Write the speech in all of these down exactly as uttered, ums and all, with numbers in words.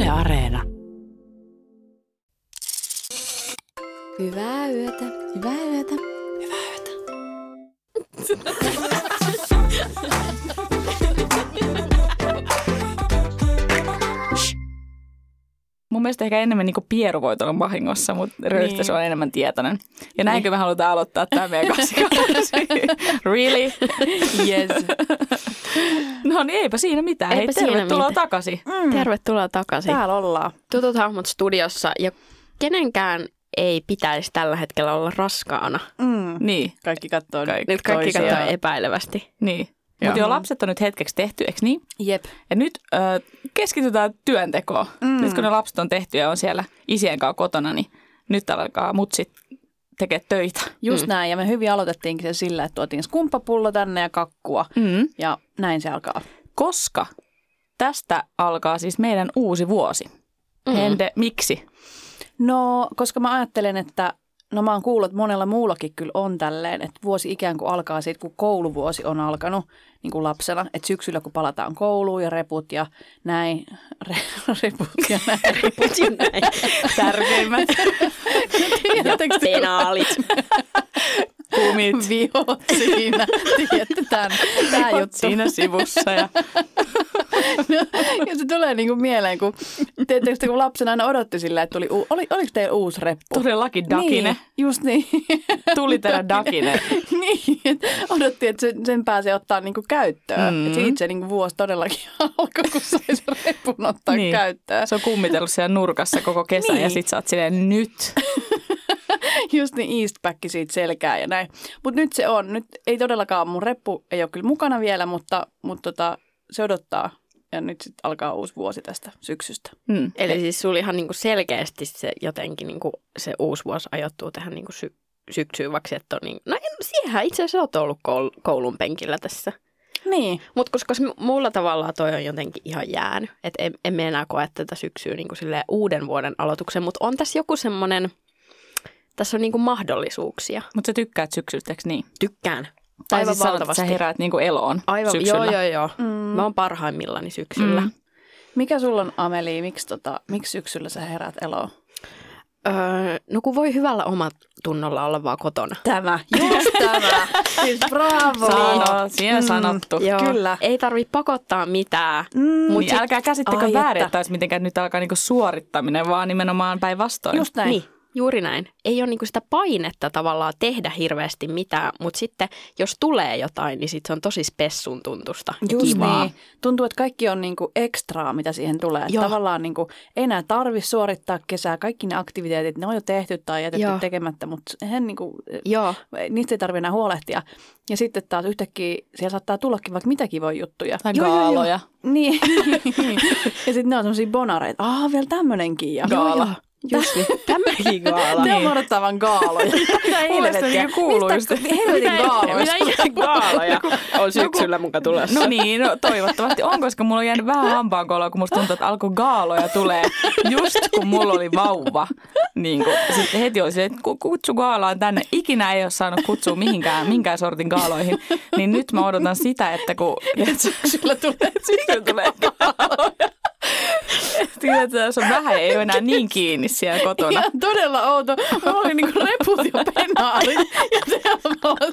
Yle Areena. Hyvää yötä. Hyvää yötä. Hyvää yötä. Mun mielestä ehkä enemmän niin Pieru voi olla vahingossa, mutta Röystä se on enemmän tietoinen. Ja näinkö me halutaan aloittaa tämä meidän kassikausi? Really? Yes. No niin, eipä siinä mitään. Eipä Hei, siinä tervetuloa mitään. takaisin. Mm. Tervetuloa takaisin. Täällä ollaan. Tutut hahmot studiossa ja kenenkään ei pitäisi tällä hetkellä olla raskaana. Mm. Niin, Kaikki katsoo Kaikki. Nyt kaikki toisiaan. katsoo epäilevästi. niin. Mutta joo, lapset on nyt hetkeksi tehty, eikö niin? Jep. Ja nyt ö, keskitytään työntekoon. Mm. Nyt kun ne lapset on tehty ja on siellä isien kanssa kotona, niin nyt alkaa mutsit tekee töitä. Just Mm. näin. Ja me hyvin aloitettiinkin se sillä, että tuotiin skumppapullo tänne ja kakkua. Mm. Ja näin se alkaa. Koska tästä alkaa siis meidän uusi vuosi. Mm. Hende, miksi? No, koska mä ajattelen, että no mä oon kuullut, että monella muullakin kyllä on tälleen, että vuosi ikään kuin alkaa siitä, kun kouluvuosi on alkanut niin kuin lapsena. Että syksyllä, kun palataan kouluun ja reput ja näin, re, reput ja näin. Reput ja näin. Tärkeimmät Ja penaalit. kumit. Vihot siinä. Tiedätte tämän, tämä juttu. Siinä sivussa. Ja... No, ja se tulee niin kuin mieleen, kun, tiedättekö, kun lapsena aina odotti sillä, että tuli, u- oli, oliko teillä uusi reppu? Todellakin Dakine. Niin, just niin. Tuli tehdä Dakine. Niin, että odotti, että sen, sen pääsee ottaa niin kuin käyttöön. Mm. Mm. Siitä se niin kuin vuosi todellakin alkoi, kun sai sen repun ottaa Niin. käyttöön. Se on kummitellut siellä nurkassa koko kesän Niin. ja sit sä oot silleen nyt. Just niin, Eastback siitä selkää ja näin. Mutta nyt se on. Nyt ei todellakaan, mun reppu ei ole kyllä mukana vielä, mutta, mutta tota, se odottaa. Ja nyt sitten alkaa uusi vuosi tästä syksystä. Mm. Eli siis sulla ihan niinku selkeästi se jotenkin niinku se uusi vuosi ajoittuu tähän niinku sy- syksyyn, vaikka et ole niin... No en, siihenhän itse asiassa olet ollut koul- koulun penkillä tässä. Niin. Mutta koska s- mulla tavallaan toi on jotenkin ihan jäänyt, että en, emme enää koe tätä syksyä niinku silleen uuden vuoden aloituksen, mutta on tässä joku semmoinen, tässä on niinku mahdollisuuksia. Mutta sä tykkäät syksystä, eikö niin? Tykkään. Tai Aivan siis sanot, että valtavasti. sä heräät niinku eloon Aivan, syksyllä. joo, joo, joo. Mm. Mä oon parhaimmillani syksyllä. Mm. Mikä sulla on, Ameli, miksi, tota, miksi syksyllä sä herät eloon? Öö, no kun voi hyvällä omatunnolla olla vaan kotona. Tämä, just tämä. Siis bravo. Sano, siinä Mm. sanottu. Joo, Kyllä. ei tarvitse pakottaa mitään. Mm, Mut Niin sit- älkää käsittäkö ai väärin, että. että olisi mitenkään nyt alkaa niinku suorittaminen, vaan nimenomaan päinvastoin. just näin. Niin, juuri näin. Ei ole niinku sitä painetta tavallaan tehdä hirveästi mitään, mutta sitten jos tulee jotain, niin sit se on tosi spessun tuntusta ja Just kivaa. niin. Tuntuu, että kaikki on niinku ekstraa, mitä siihen tulee. Että Joo. tavallaan niinku, ei enää tarvitse suorittaa kesää. Kaikki ne aktiviteetit, ne on jo tehty tai jätetty Joo. tekemättä, mutta eihän niinku, Joo, niistä ei tarvitse enää huolehtia. Ja sitten taas yhtäkkiä siellä saattaa tullakin vaikka mitä kivoja juttuja. Tai Joo, joo, joo. gaaloja. Niin. ja sitten ne on semmoisia bonareita. Aa, vielä tämmöinenkin. Ja Gaala. just niin. Tämmöinenkin gaala. Ne on odottavan gaaloja. Mitä helvettiä? niinku kuuluu just. Mistä helvetin gaaloista? Mitä ihan gaaloja on syksyllä muka tulossa? No niin, no toivottavasti on, koska mulla on jäänyt vähän hampaankoloa, kun musta tuntuu, että alkoi gaaloja tulee just kun mulla oli vauva. Niin kuin, sitten heti oli se, että ku- kutsu gaalaan tänne. Ikinä ei ole saanut kutsua mihinkään, minkään sortin gaaloihin. Niin nyt mä odotan sitä, että kun Syksyllä tulee. syksyllä tulee gaaloja. Tiedätkö, jos on vähän, ei ole enää niin kiinni siellä kotona. Ihan todella outo. Mulla oli niinku reput ja penaalit ja täällä on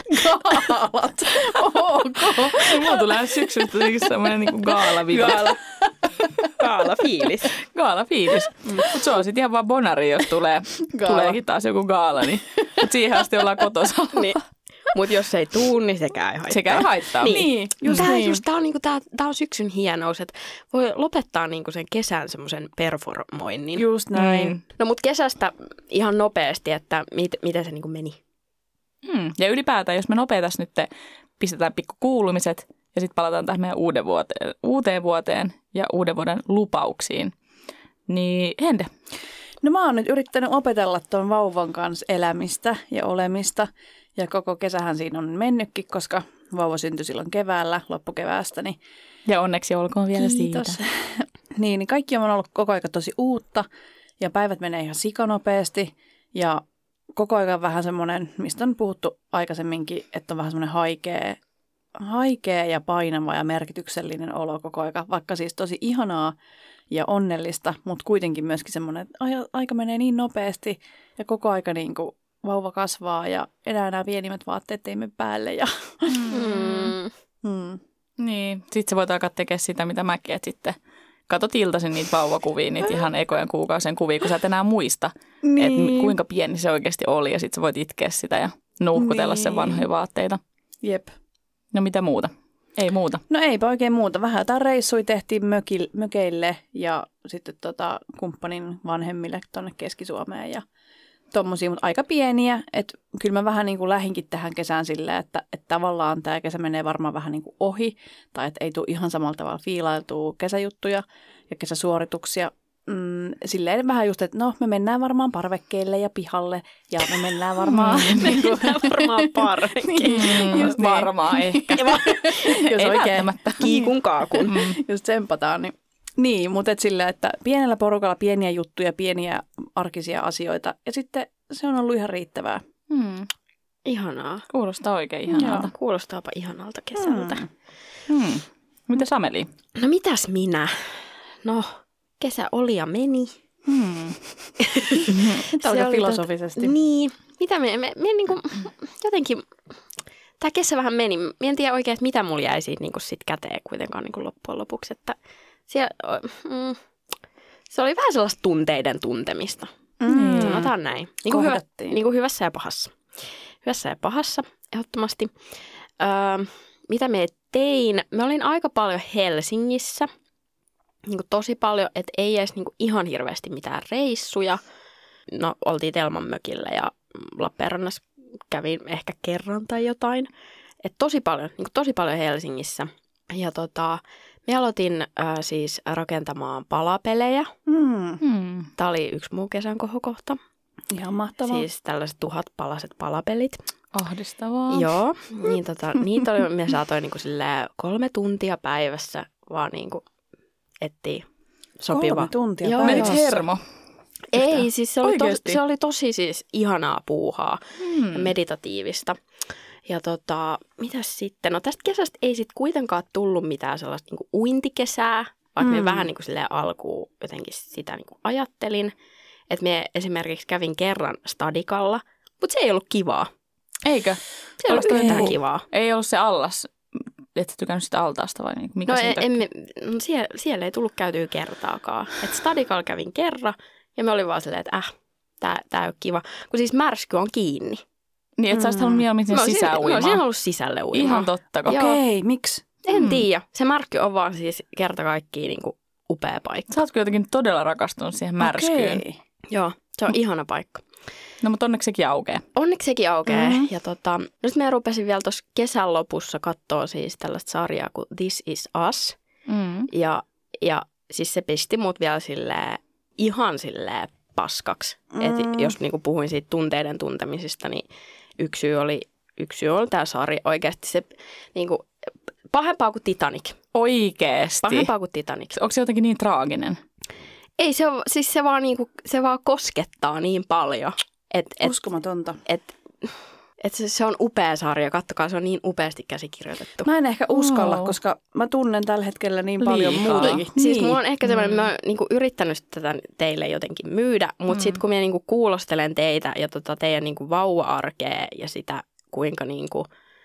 gaalat. Ok. Mulla tulee syksystä semmoinen niin gaala-viba. Gaala. Gaala fiilis. Gaala-fiilis. Mutta se on sitten ihan vaan bonari, jos tulee, Gaala. tuleekin taas joku gaala. Niin. Mutta siihen asti ollaan kotossa. Niin. Mutta jos ei tuu, niin sekään ei haittaa. Sekä ei haittaa. Niin, Niin, just just tämä, niin. just, tää on, niinku, tää, tää on syksyn hienous, että voi lopettaa niinku sen kesän semmoisen performoinnin. Just näin. Mm. No mutta kesästä ihan nopeasti, että mit, miten se niinku meni? Mm. Ja ylipäätään, jos me nopeatas nyt pistetään pikku kuulumiset ja sitten palataan tähän meidän uuden vuoteen, uuteen vuoteen ja uuden vuoden lupauksiin. Niin Hende. No mä oon nyt yrittänyt opetella tuon vauvan kanssa elämistä ja olemista. Ja koko kesähän siinä on mennytkin, koska vauva syntyi silloin keväällä, loppukeväästä. Niin Ja onneksi olkoon vielä kiitos. siitä. niin, niin kaikki on ollut koko ajan tosi uutta ja päivät menee ihan sikanopeasti. Ja koko ajan vähän semmoinen, mistä on puhuttu aikaisemminkin, että on vähän semmoinen haikea haikea ja painava ja merkityksellinen olo koko aika, vaikka siis tosi ihanaa ja onnellista, mutta kuitenkin myöskin semmoinen, että aika menee niin nopeasti ja koko aika niin kuin vauva kasvaa ja enää nämä pienimmät vaatteet teimme päälle. Ja Mm. mm. Niin, sitten sä voit alkaa tekemään sitä, mitä mäkin, että sitten katot iltaisin niitä vauvakuvia, niitä ihan ekojen kuukausien kuvia, kun sä et enää muista, Niin. että kuinka pieni se oikeasti oli ja sitten sä voit itkeä sitä ja nuuhkutella Niin. sen vanhoja vaatteita. Jep. No mitä muuta? Ei muuta. No eipä oikein muuta. Vähän jotain reissuja tehtiin mökil, mökeille ja sitten tota, kumppanin vanhemmille tuonne Keski-Suomeen ja tommosia, mutta aika pieniä. Että kyllä mä vähän niin kuin lähinkin tähän kesään silleen, että, että tavallaan tämä kesä menee varmaan vähän niin kuin ohi tai että ei tule ihan samalla tavalla fiilailtua kesäjuttuja ja kesäsuorituksia. Mm, silleen vähän just, että no me mennään varmaan parvekkeelle ja pihalle ja me mennään varmaan... niin kuin, varmaan parvekkeelle. Mm, Just niin. varmaan ehkä. Jos Ei oikein välttämättä. Kiikun kaakun. Mm. just tsempataan, niin... Niin, mutta et sillä, että pienellä porukalla pieniä juttuja, pieniä arkisia asioita ja sitten se on ollut ihan riittävää. Mm. Ihanaa. Kuulostaa oikein ihanalta. Joo, kuulostaapa ihanalta kesältä. Mm. Mm. Mitä Sameli? No mitäs minä? No, kesä oli ja meni. Mm. Tämä Se oli oli filosofisesti. Tot... Niin. Mitä me, me, me niinku, jotenkin, tämä kesä vähän meni. Mä en tiedä oikein, että mitä mulla jäi siitä niinku sit käteen kuitenkaan niinku loppujen lopuksi. Että siellä, mm, se oli vähän sellaista tunteiden tuntemista. Mm. Sanotaan näin. Niin kuin, hyvä, Kohdattiin. niin kuin hyvässä ja pahassa. Hyvässä ja pahassa, ehdottomasti. Öö, mitä me tein? Me olin aika paljon Helsingissä. Niin kuin tosi paljon, että ei edes niin kuin ihan hirveästi mitään reissuja. No, oltiin Telman mökillä ja Lappeenrannassa kävin ehkä kerran tai jotain. Et tosi paljon, niin kuin tosi paljon Helsingissä. Ja tota, me aloitin äh, siis rakentamaan palapelejä. Mm. Mm. Tämä oli yksi muu kesän kohokohta. Ihan mahtavaa. Siis tällaiset tuhatpalaset palapelit. Ahdistavaa. Joo, niin tota, niitä oli, me saatoin niinku silleen kolme tuntia päivässä vaan niinku etsiä sopiva. Kolme tuntia Joo, päivässä. Menit hermo? Ei, siis se oli, tosi, Oikeesti? se oli tosi siis ihanaa puuhaa Mm. ja meditatiivista. Ja tota, mitäs sitten? No tästä kesästä ei sitten kuitenkaan tullut mitään sellaista niinku uintikesää, vaikka mm. me vähän niinku silleen alkuun jotenkin sitä niinku ajattelin. Että me esimerkiksi kävin kerran stadikalla, mutta se ei ollut kivaa. Eikö? Se ei ollut Oliko yhtään joku- kivaa. Ei ollut se allas, et sä tykännyt sitä altaasta vai niin? Mikä No, siitä? emme, no siellä, siellä ei tullut käytyä kertaakaan. Et stadikalla kävin kerran ja me oli vaan silleen, että äh, tää, tää ei ole kiva. Kun siis märsky on kiinni. Niin, että sä olisit halunnut mieluummin sinne Mä olisin- sisään Mä olisin uimaan. halunnut sisälle uimaan. Ihan totta. Kun... Joo. Okei, miksi? En Mm. tiedä. Se märky on vaan siis kerta kaikkiaan niinku upea paikka. Sä oot kyllä jotenkin todella rakastunut siihen märskyyn. Okei. Joo, se on ihana paikka. No, mutta onneksi sekin aukeaa. Onneksi sekin aukeaa. Mhm. Ja tota, no sit mä rupesin vielä tuossa kesän lopussa katsoa siis tällaista sarjaa kuin This Is Us. Mm. Ja, ja siis se pisti mut vielä silleen, ihan silleen paskaksi. Mm. Et jos niinku puhuin siitä tunteiden tuntemisesta, niin yksi syy oli, yksi syy oli tämä sarja. Oikeasti se niinku, pahempaa kuin Titanic. Oikeesti. Pahempaa kuin Titanic. Onko se jotenkin niin traaginen? Ei, se, on, siis se, vaan niinku, se vaan koskettaa niin paljon. Että et, Uskomatonta. et, et se, se on upea sarja. Kattokaa, se on niin upeasti käsikirjoitettu. Mä en ehkä uskalla, Wow. koska mä tunnen tällä hetkellä niin paljon Liikaa. muutakin. Siis niin. mulla on ehkä semmoinen, mä oon niinku yrittänyt tätä teille jotenkin myydä, mutta mm. sitten kun mä niinku kuulostelen teitä ja tota teidän niinku vauva-arkea ja sitä, kuinka niinku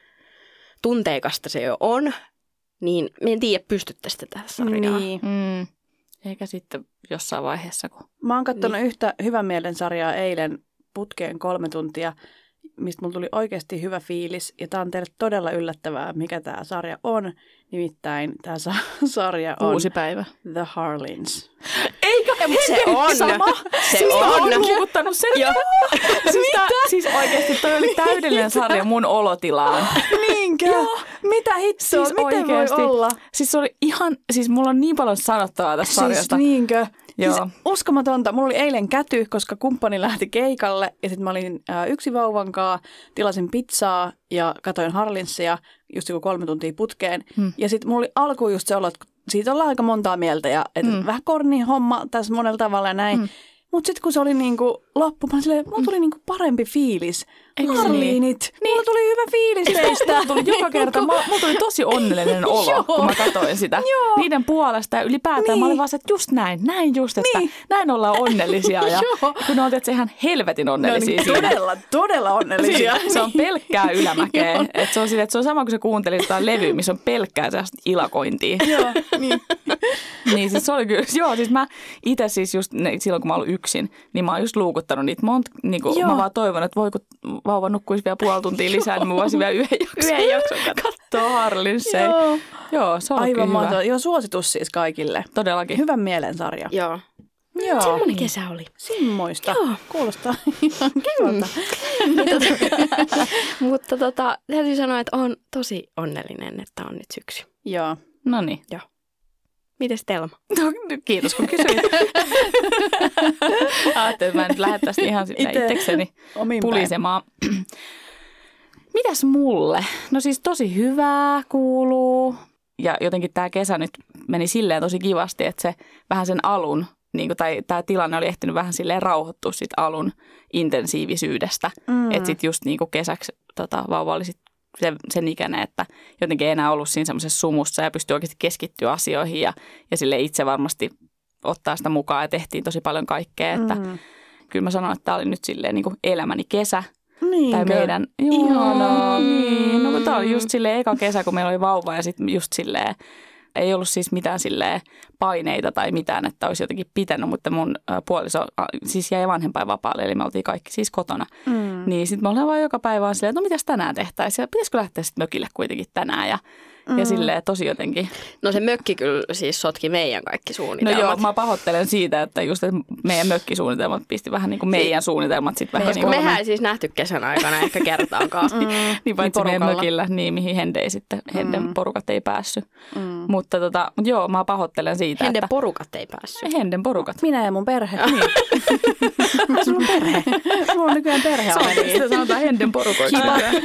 tunteikasta se jo on, niin mä en tiedä, pystyttäisiin tätä sarjaa. Niin. Mm. Eikä sitten jossain vaiheessa, kun... Mä oon katsonut niin. yhtä hyvän mielen sarjaa eilen putkeen kolme tuntia, mistä mulla tuli oikeasti hyvä fiilis. Ja tää on teille todella yllättävää, mikä tää sarja on. Nimittäin tää sa- sarja on Uusi päivä. The Harlins. Eikö? Se on. Sama. Se siis on. Mä oon kiukuttanut sen. Joo. siis, tää, siis oikeasti toi oli täydellinen sarja mun olotilaan. Niinkö? Mitä hittoa? Siis Miten oikeesti. voi olla? Siis se oli ihan, siis mulla on niin paljon sanottavaa tästä Siis sarjasta. niinkö? Joo. Siis uskomatonta. Mulla oli eilen käty, koska kumppani lähti keikalle ja sitten mä olin ää, yksi vauvankaa, tilasin pizzaa ja katoin Harlinsia just joku kolme tuntia putkeen. Hmm. Ja sitten mulla oli alkuun just se olo, että siitä ollaan aika montaa mieltä ja että Hmm. vähän korni homma tässä monella tavalla ja näin. Hmm. Mutta sitten kun se oli niinku loppui. Mä silleen, mulla tuli niinku parempi fiilis. Marliinit, niin. Mulla tuli hyvä fiilis teistä. Mulla tuli joka kerta, mulla tuli tosi onnellinen olo, kun mä katsoin sitä. Joo. Niiden puolesta ja ylipäätään niin. Mä olin vaan se, että just näin, näin just, että niin. Näin ollaan onnellisia. Ja kun ne oltiin, että se ihan helvetin onnellisia. No, niin, todella, todella onnellisia. Se on pelkkää ylämäkeä. Että se, on sille, että se on sama kuin se kuuntelit jotain levyä, missä on pelkkää sellaista ilakointia. Joo, niin. Niin siis se oli kyllä, joo siis mä itse siis just silloin kun mä olin yksin, niin mä oon just luukuttanut niitä monta, niin kuin mä vaan toivon, että voi kun vauva nukkuisi vielä puoli tuntia lisää, niin mä voisin vielä yhden jakson. Yhden jakson katsoa Harlin se. Joo. Joo, se on aivan hyvä. mahtavaa. Joo, suositus siis kaikille. Todellakin. Hyvän mielen sarja. Joo. Joo. Semmoinen kesä oli. Semmoista. Joo. Kuulostaa ihan kivalta. Mutta tota, täytyy sanoa, että olen tosi onnellinen, että on nyt syksy. Joo. No niin. Joo. Mites Telma? No, kiitos kun kysyit. Ajattelin, että mä nyt lähettäisin ihan sitä Ite, itsekseni pulisemaan. Mitäs mulle? No siis tosi hyvää kuuluu. Ja jotenkin tämä kesä nyt meni silleen tosi kivasti, että se vähän sen alun, niin kuin, tai tämä tilanne oli ehtinyt vähän silleen rauhoittua sit alun intensiivisyydestä. Mm. Että sitten just niin kuin kesäksi tota, vauva oli sit sen, sen ikäinen, että jotenkin ei enää ollut siinä semmoisessa sumussa ja pystyi oikeasti keskittyä asioihin ja, ja sille itse varmasti ottaa sitä mukaan ja tehtiin tosi paljon kaikkea. Että mm. kyllä mä sanon, että tämä oli nyt silleen niin kuin elämäni kesä. Niinkö? Tai meidän, joo, ihanaa. Niin. No kun tämä oli just silleen eka kesä, kun meillä oli vauva ja sitten just silleen, ei ollut siis mitään silleen paineita tai mitään, että olisi jotenkin pitänyt, mutta mun puoliso siis jäi vanhempainvapaalle, eli me oltiin kaikki siis kotona. Mm. Niin sitten me ollaan vaan joka päivä silleen, että no mitäs tänään tehtäisiin ja pitäisikö lähteä sitten mökille kuitenkin tänään ja Mm. Ja silleen tosi jotenkin. No se mökki kyllä siis sotki meidän kaikki suunnitelmat. No joo, mä pahoittelen siitä, että just että meidän mökkisuunnitelmat pisti vähän niin kuin meidän si- suunnitelmat sitten vähän koska niin kuin. Mehän ei siis nähty kesän aikana ehkä kertaakaan. mm. Niin paitsi niin meidän mökillä, niin mihin Hende ei sitten, Henden mm. porukat ei päässyt. Mm. Mutta tota, joo, mä pahoittelen siitä, Henden että. porukat ei päässyt. Henden porukat. Minä ja mun perhe. Niin. Sulla on perhe. Mulla on nykyään perhe. Sitä sanotaan Henden porukoiksi.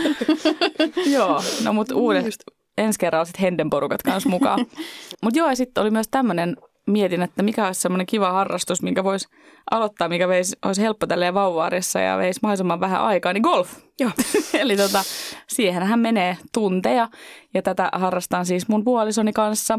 Joo, no mutta uudet. Ensi kerralla sitten Henden porukat kanssa mukaan. Mutta joo, ja sitten oli myös tämmöinen, mietin, että mikä olisi semmoinen kiva harrastus, minkä voisi aloittaa, mikä veisi, olisi helppo tälleen vauva-arjessa ja veisi mahdollisimman vähän aikaa, niin golf. Joo. Eli tota, siihenhän menee tunteja ja tätä harrastan siis mun puolisoni kanssa.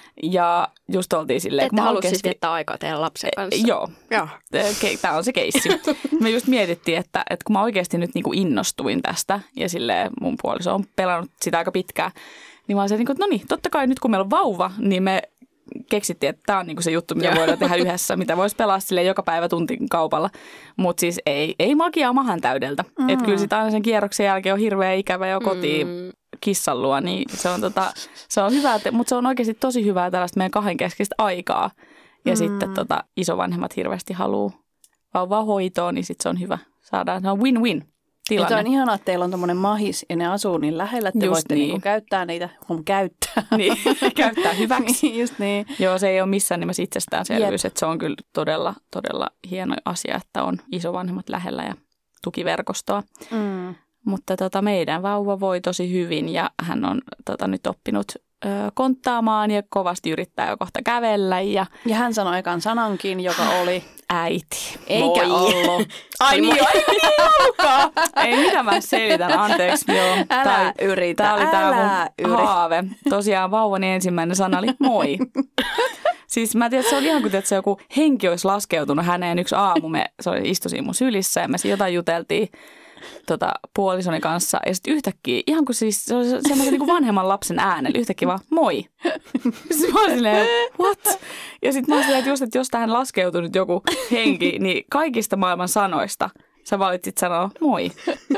Ja just oltiin silleen, että haluat oikeasti... siis viettää aikaa teidän lapsen kanssa. Joo. Joo. Tämä on se keissi. Me just mietittiin, että, että kun mä oikeasti nyt niinku innostuin tästä ja silleen mun puoliso on pelannut sitä aika pitkään, niin mä olin se, että no niin, totta kai nyt kun meillä on vauva, niin me keksittiin, että tämä on niinku se juttu, mitä voidaan tehdä yhdessä, mitä voisi pelaa silleen joka päivä tuntin kaupalla. Mutta siis ei, ei magiaa mahan täydeltä. Mm. Että kyllä sitten aina sen kierroksen jälkeen on hirveä ikävä jo kotiin mm. kissan luo, niin se on, tota, se on hyvä, mutta se on oikeasti tosi hyvää tällaista meidän kahdenkeskistä aikaa. Ja mm. sitten tota, isovanhemmat hirveästi haluaa vauvaa hoitoon, niin sitten se on hyvä. Saadaan, se on win-win. Ja on ihanaa, että teillä on tommoinen mahis ja ne asuu niin lähellä, että te just voitte niin. Niinku käyttää niitä, hum, käyttää. Niin, käyttää hyväksi. Just niin. Joo, se ei ole missään nimessä itsestäänselvyys, että se on kyllä todella, todella hieno asia, että on isovanhemmat lähellä ja tukiverkostoa. Mm. Mutta tota, meidän vauva voi tosi hyvin ja hän on tota, nyt oppinut ö, konttaamaan ja kovasti yrittää jo kohta kävellä. Ja, ja hän sanoi ekan sanankin, joka oli äiti. Eikä moi. Ollut. Ai niin, ai niin ollutkaan. Ei, mitä mä selitän, anteeksi. Joo. Älä tää, yritä, tää oli älä tää mun yritä. haave. Tosiaan vauvan ensimmäinen sana oli moi. Siis mä tiedän, että se on ihan kuin että se joku henki olisi laskeutunut häneen yksi aamu. Me, se oli, istui siinä mun sylissä ja me jotain juteltiin tota, puolisoni kanssa. Ja sitten yhtäkkiä, ihan kuin siis se oli semmoisen niin kuin vanhemman lapsen äänellä, yhtäkkiä vaan moi. Sitten mä olin silleen, what? Ja sitten mä olin silleen, että just, että jos tähän laskeutui nyt joku henki, niin kaikista maailman sanoista sä valitsit sanoa moi.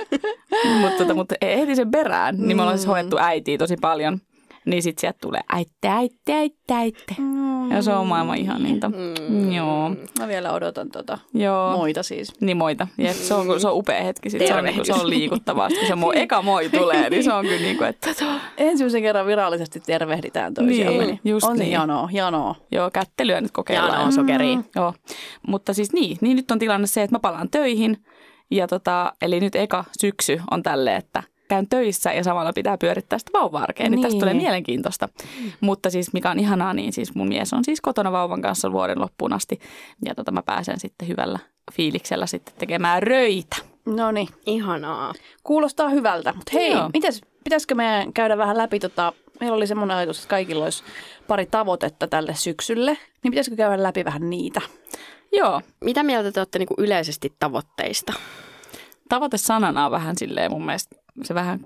Mutta tota, mut heti sen perään, niin me ollaan siis hoettu äitiä tosi paljon. Niin sit sieltä tulee äitte, äitte, äitte, äitte. Mm. Ja se on maailman ihaninta. Mm. Joo. Mä vielä odotan tota Joo. moita siis. Niin moita. Ja se on, se on upea hetki. Sit. Se, on, se on liikuttavaa. Kun se moi, eka moi tulee, niin se on kyllä niin kuin, että... Ensimmäisen kerran virallisesti tervehditään toisiamme. Niin, just on niin. Hienoa, hienoa. Joo, kättelyä nyt kokeillaan. Hienoa sokeria. Mm. Joo. Mutta siis niin, niin nyt on tilanne se, että mä palaan töihin. Ja tota, eli nyt eka syksy on tälleen, että käyn töissä ja samalla pitää pyörittää sitä vauva-arkea. Niin, niin tästä tulee mielenkiintoista. Mm. Mutta siis mikä on ihanaa, niin siis mun mies on siis kotona vauvan kanssa vuoden loppuun asti. Ja tota mä pääsen sitten hyvällä fiiliksellä sitten tekemään röitä. No niin. Ihanaa. Kuulostaa hyvältä. Mutta hei, Joo. mitäs, pitäisikö meidän käydä vähän läpi tota... Meillä oli semmoinen ajatus, että kaikilla olisi pari tavoitetta tälle syksylle. Niin pitäisikö käydä läpi vähän niitä? Joo. Mitä mieltä te olette niinku yleisesti tavoitteista? Tavoite sanana on vähän silleen mun mielestä, se vähän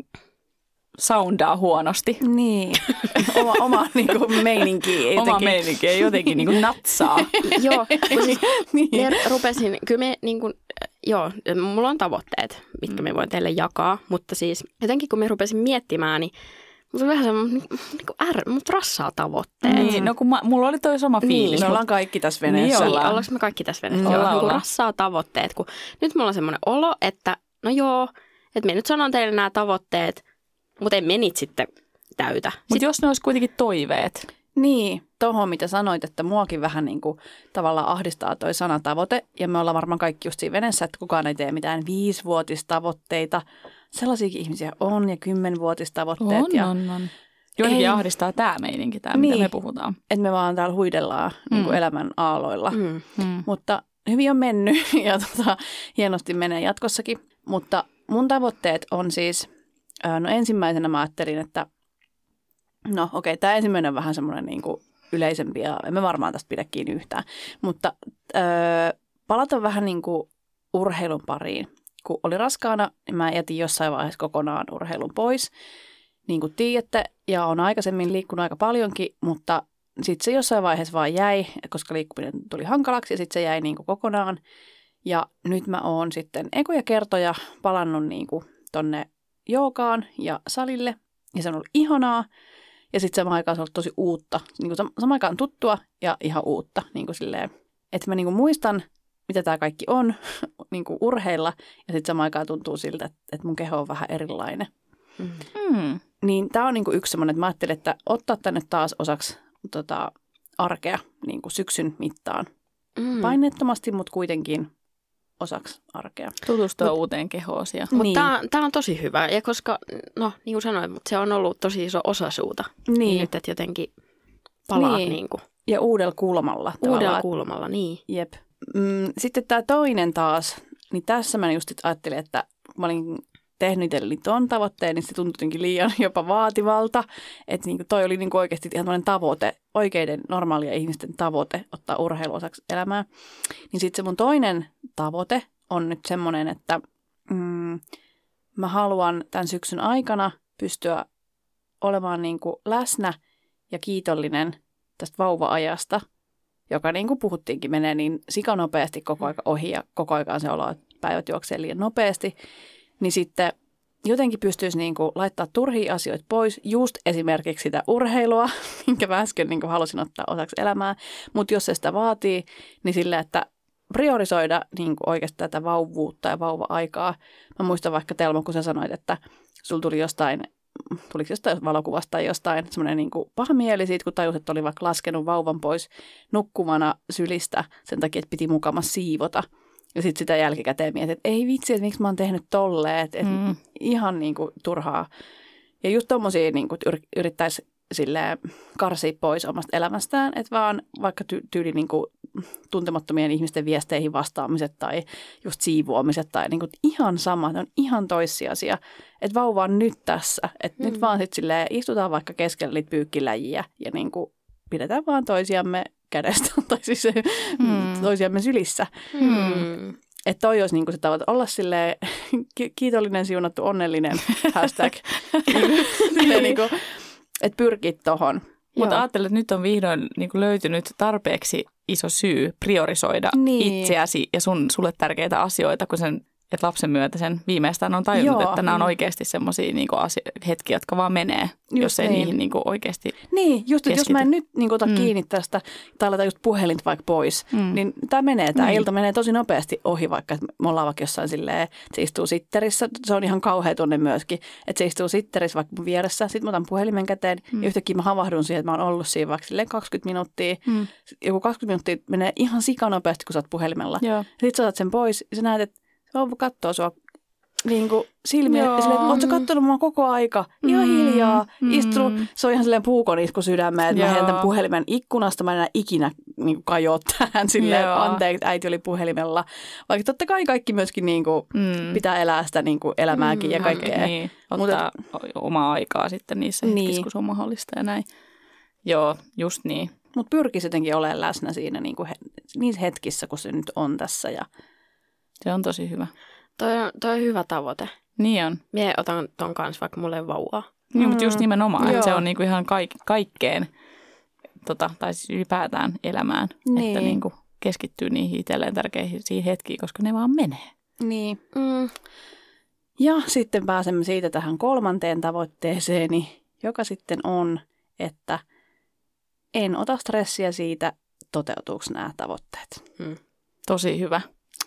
soundaa huonosti. Niin. Oma, oma niinku, meininki ei Oma jotenkin. meininki ei jotenkin niinku natsaa. Joo, siis Niin. me rupesin, kyllä me niin kuin, joo, mulla on tavoitteet, mitkä me voin teille jakaa, mutta siis jotenkin kun me rupesin miettimään, niin mulla oli vähän semmoinen niin, niin kuin är, mut rassaa tavoitteet. Niin, no kun mä, mulla oli toi sama fiilis. Me Niin, ollaan kaikki tässä veneessä. Niin Niin, ollaan. ollaanko me kaikki tässä veneessä? Mm, Joo, ollaan, niin kuin ollaan. rassaa tavoitteet, kun nyt mulla on semmoinen olo, että no joo, että me nyt sanon teille nämä tavoitteet, mutta en me niitä sitten täytä. Mutta jos ne olisi kuitenkin toiveet. Niin, tohon mitä sanoit, että muakin vähän niin kuin tavallaan ahdistaa toi sana tavoite. Ja me ollaan varmaan kaikki just siinä veneessä, että kukaan ei tee mitään viisivuotistavoitteita. Sellaisiakin ihmisiä on ja kymmenvuotistavoitteet. On, ja on, on. Joihinkin Ei. ahdistaa tämä meininki, tämä Niin. mitä me puhutaan. Että me vaan täällä huidellaan mm. niin kuin elämän aalloilla. Mm. Hmm. Mutta hyvin on mennyt ja tota, hienosti menee jatkossakin. Mutta mun tavoitteet on siis, no ensimmäisenä mä ajattelin, että no okei, okay, tämä ensimmäinen on vähän semmoinen niin kuin yleisempi ja emme varmaan tästä pidä kiinni yhtään. Mutta öö, palata vähän niin kuin urheilun pariin. Kun oli raskaana, niin mä jätin jossain vaiheessa kokonaan urheilun pois, niin kuin tiedätte. Ja on aikaisemmin liikkunut aika paljonkin, mutta sitten se jossain vaiheessa vaan jäi, koska liikkuminen tuli hankalaksi ja sitten se jäi niin kuin kokonaan. Ja nyt mä oon sitten ekoja kertoja palannut niin kuin tonne joogaan ja salille ja se on ollut ihanaa. Ja sitten samaan aikaan se on ollut tosi uutta, niin kuin samaan aikaan tuttua ja ihan uutta. Niin kuin silleen, että mä niin kuin muistan, mitä tämä kaikki on niin kuin urheilla ja sitten samaan aikaan tuntuu siltä, että, että mun keho on vähän erilainen. Mm. Hmm. Niin tämä on niin kuin yksi semmoinen, että mä ajattelin, että ottaa tänne taas osaksi tota, arkea niin kuin syksyn mittaan. Mm. Paineettomasti, mutta kuitenkin osaksi arkea. Tutustua Mut- uuteen kehoon. Ja... Mutta Niin. tämä tää on tosi hyvä, ja koska, no niin kuin sanoin, mutta se on ollut tosi iso osa suuta. Niin, Niin, nyt, että jotenkin palaat Niin. niin kuin ja uudella kulmalla. uudella tavallaan. kulmalla, niin. Jep. Mm, sitten tämä toinen taas, niin tässä mä just ajattelin, että mä olin tehnyt itselleni ton tavoitteen, niin se tuntui jotenkin liian jopa vaativalta. Että niinku toi oli niinku oikeasti ihan tämmöinen tavoite, oikeiden normaalia ihmisten tavoite ottaa urheilu osaksi elämää. Niin sitten se mun toinen tavoite on nyt semmoinen, että mm, mä haluan tämän syksyn aikana pystyä olemaan niinku läsnä ja kiitollinen tästä vauva-ajasta, joka niin kuin puhuttiinkin menee niin sikanopeasti koko aika ohi ja koko aikaan se olo, että päivät juoksee liian nopeasti, niin sitten jotenkin pystyisi niin kuin laittaa turhia asioita pois, just esimerkiksi sitä urheilua, minkä mä äsken niin kuin halusin ottaa osaksi elämää, mutta jos se sitä vaatii, niin sillä, että priorisoida niin kuin oikeasti tätä vauvuutta ja vauva-aikaa. Mä muistan vaikka Telmo, kun sä sanoit, että sulla tuli jostain tuliko jostain valokuvasta tai jostain semmoinen niin kuin paha mieli siitä, kun tajus, että oli vaikka laskenut vauvan pois nukkuvana sylistä sen takia, että piti mukamas siivota. Ja sitten sitä jälkikäteen mietin, että ei vitsi, että miksi mä oon tehnyt tolleen, että Mm. ihan niin kuin turhaa. Ja just tommosia niin kuin yr- yrittäisi silleen karsia pois omasta elämästään, että vaan vaikka ty- tyyli niin kuin tuntemattomien ihmisten viesteihin vastaamiset tai just siivoamiset tai niin kuin ihan sama, ne on ihan toissijaisia. Että vauva on nyt tässä, että mm. nyt vaan sitten silleen istutaan vaikka keskellä niitä pyykkiläjiä ja niin kuin pidetään vaan toisiamme kädestä tai siis mm. toisiamme sylissä. Mm. Että toi olisi niin kuin se tavoite olla silleen ki- kiitollinen, siunattu, onnellinen hashtag. Silleen niin kuin, että pyrkit tohon. Mutta Joo. ajattelen, että nyt on vihdoin niin kuin löytynyt tarpeeksi iso syy priorisoida Niin. itseäsi ja sun, sulle tärkeitä asioita, kun sen, että lapsen myötä sen viimeistään on tajunnut, Joo. että nämä on oikeasti semmoisia niin kuin asio- hetkiä, jotka vaan menee, Just jos ei niin. niihin niin kuin oikeasti. Niin, just että jos mä en nyt niin ota Mm. kiinni tästä tai laita just puhelinta vaikka pois, Mm. niin tämä menee, tämä Niin. ilta menee tosi nopeasti ohi, vaikka että me ollaan vaikka jossain silleen, että se istuu sitterissä, se on ihan kauhea tunne myöskin, että se istuu sitterissä vaikka mun vieressä, sitten mä otan puhelimen käteen Mm. ja yhtäkkiä mä havahdun siihen, että mä oon ollut siinä vaikka silleen kaksikymmentä minuuttia, Mm. joku kaksikymmentä minuuttia menee ihan sikanopeasti, kun sä oot puhelimella. Joo. Sitten sä otat sen pois ja sä näet, että se vauva katsoo sua niin kuin silmiä. Ja silleen, että ootko sä kattonut mua koko aika? Ihan mm, hiljaa. Mm. Istunut. Se on ihan silleen puukonisku sydämeen, että Joo. mä heitän puhelimen ikkunasta. Mä en enää ikinä niin kuin kajoa tähän silleen, että anteeksi, äiti oli puhelimella. Vaikka totta kai kaikki myöskin niin kuin, mm. pitää elää sitä niin kuin elämääkin mm, ja kaikkea. Niin, ottaa Mut, omaa aikaa sitten niissä hetkissä, niin. kun se on mahdollista ja näin. Joo, just niin. Mutta pyrkisi jotenkin olemaan läsnä siinä niin kuin he, niissä hetkissä, kun se nyt on tässä. Ja... Se on tosi hyvä. Toi on, toi on hyvä tavoite. Niin on. Mie otan ton kanssa, vaikka mulle ei vauvaa. Mm. Niin, mutta just nimenomaan, että se on niinku ihan kaik- kaikkeen, tota, tai siis ylipäätään elämään. Niin. Että niinku keskittyy niihin itselleen tärkeisiin hetkiin, koska ne vaan menee. Niin. Mm. Ja sitten pääsemme siitä tähän kolmanteen tavoitteeseeni, joka sitten on, että en ota stressiä siitä, toteutuuko nämä tavoitteet. Mm. Tosi hyvä.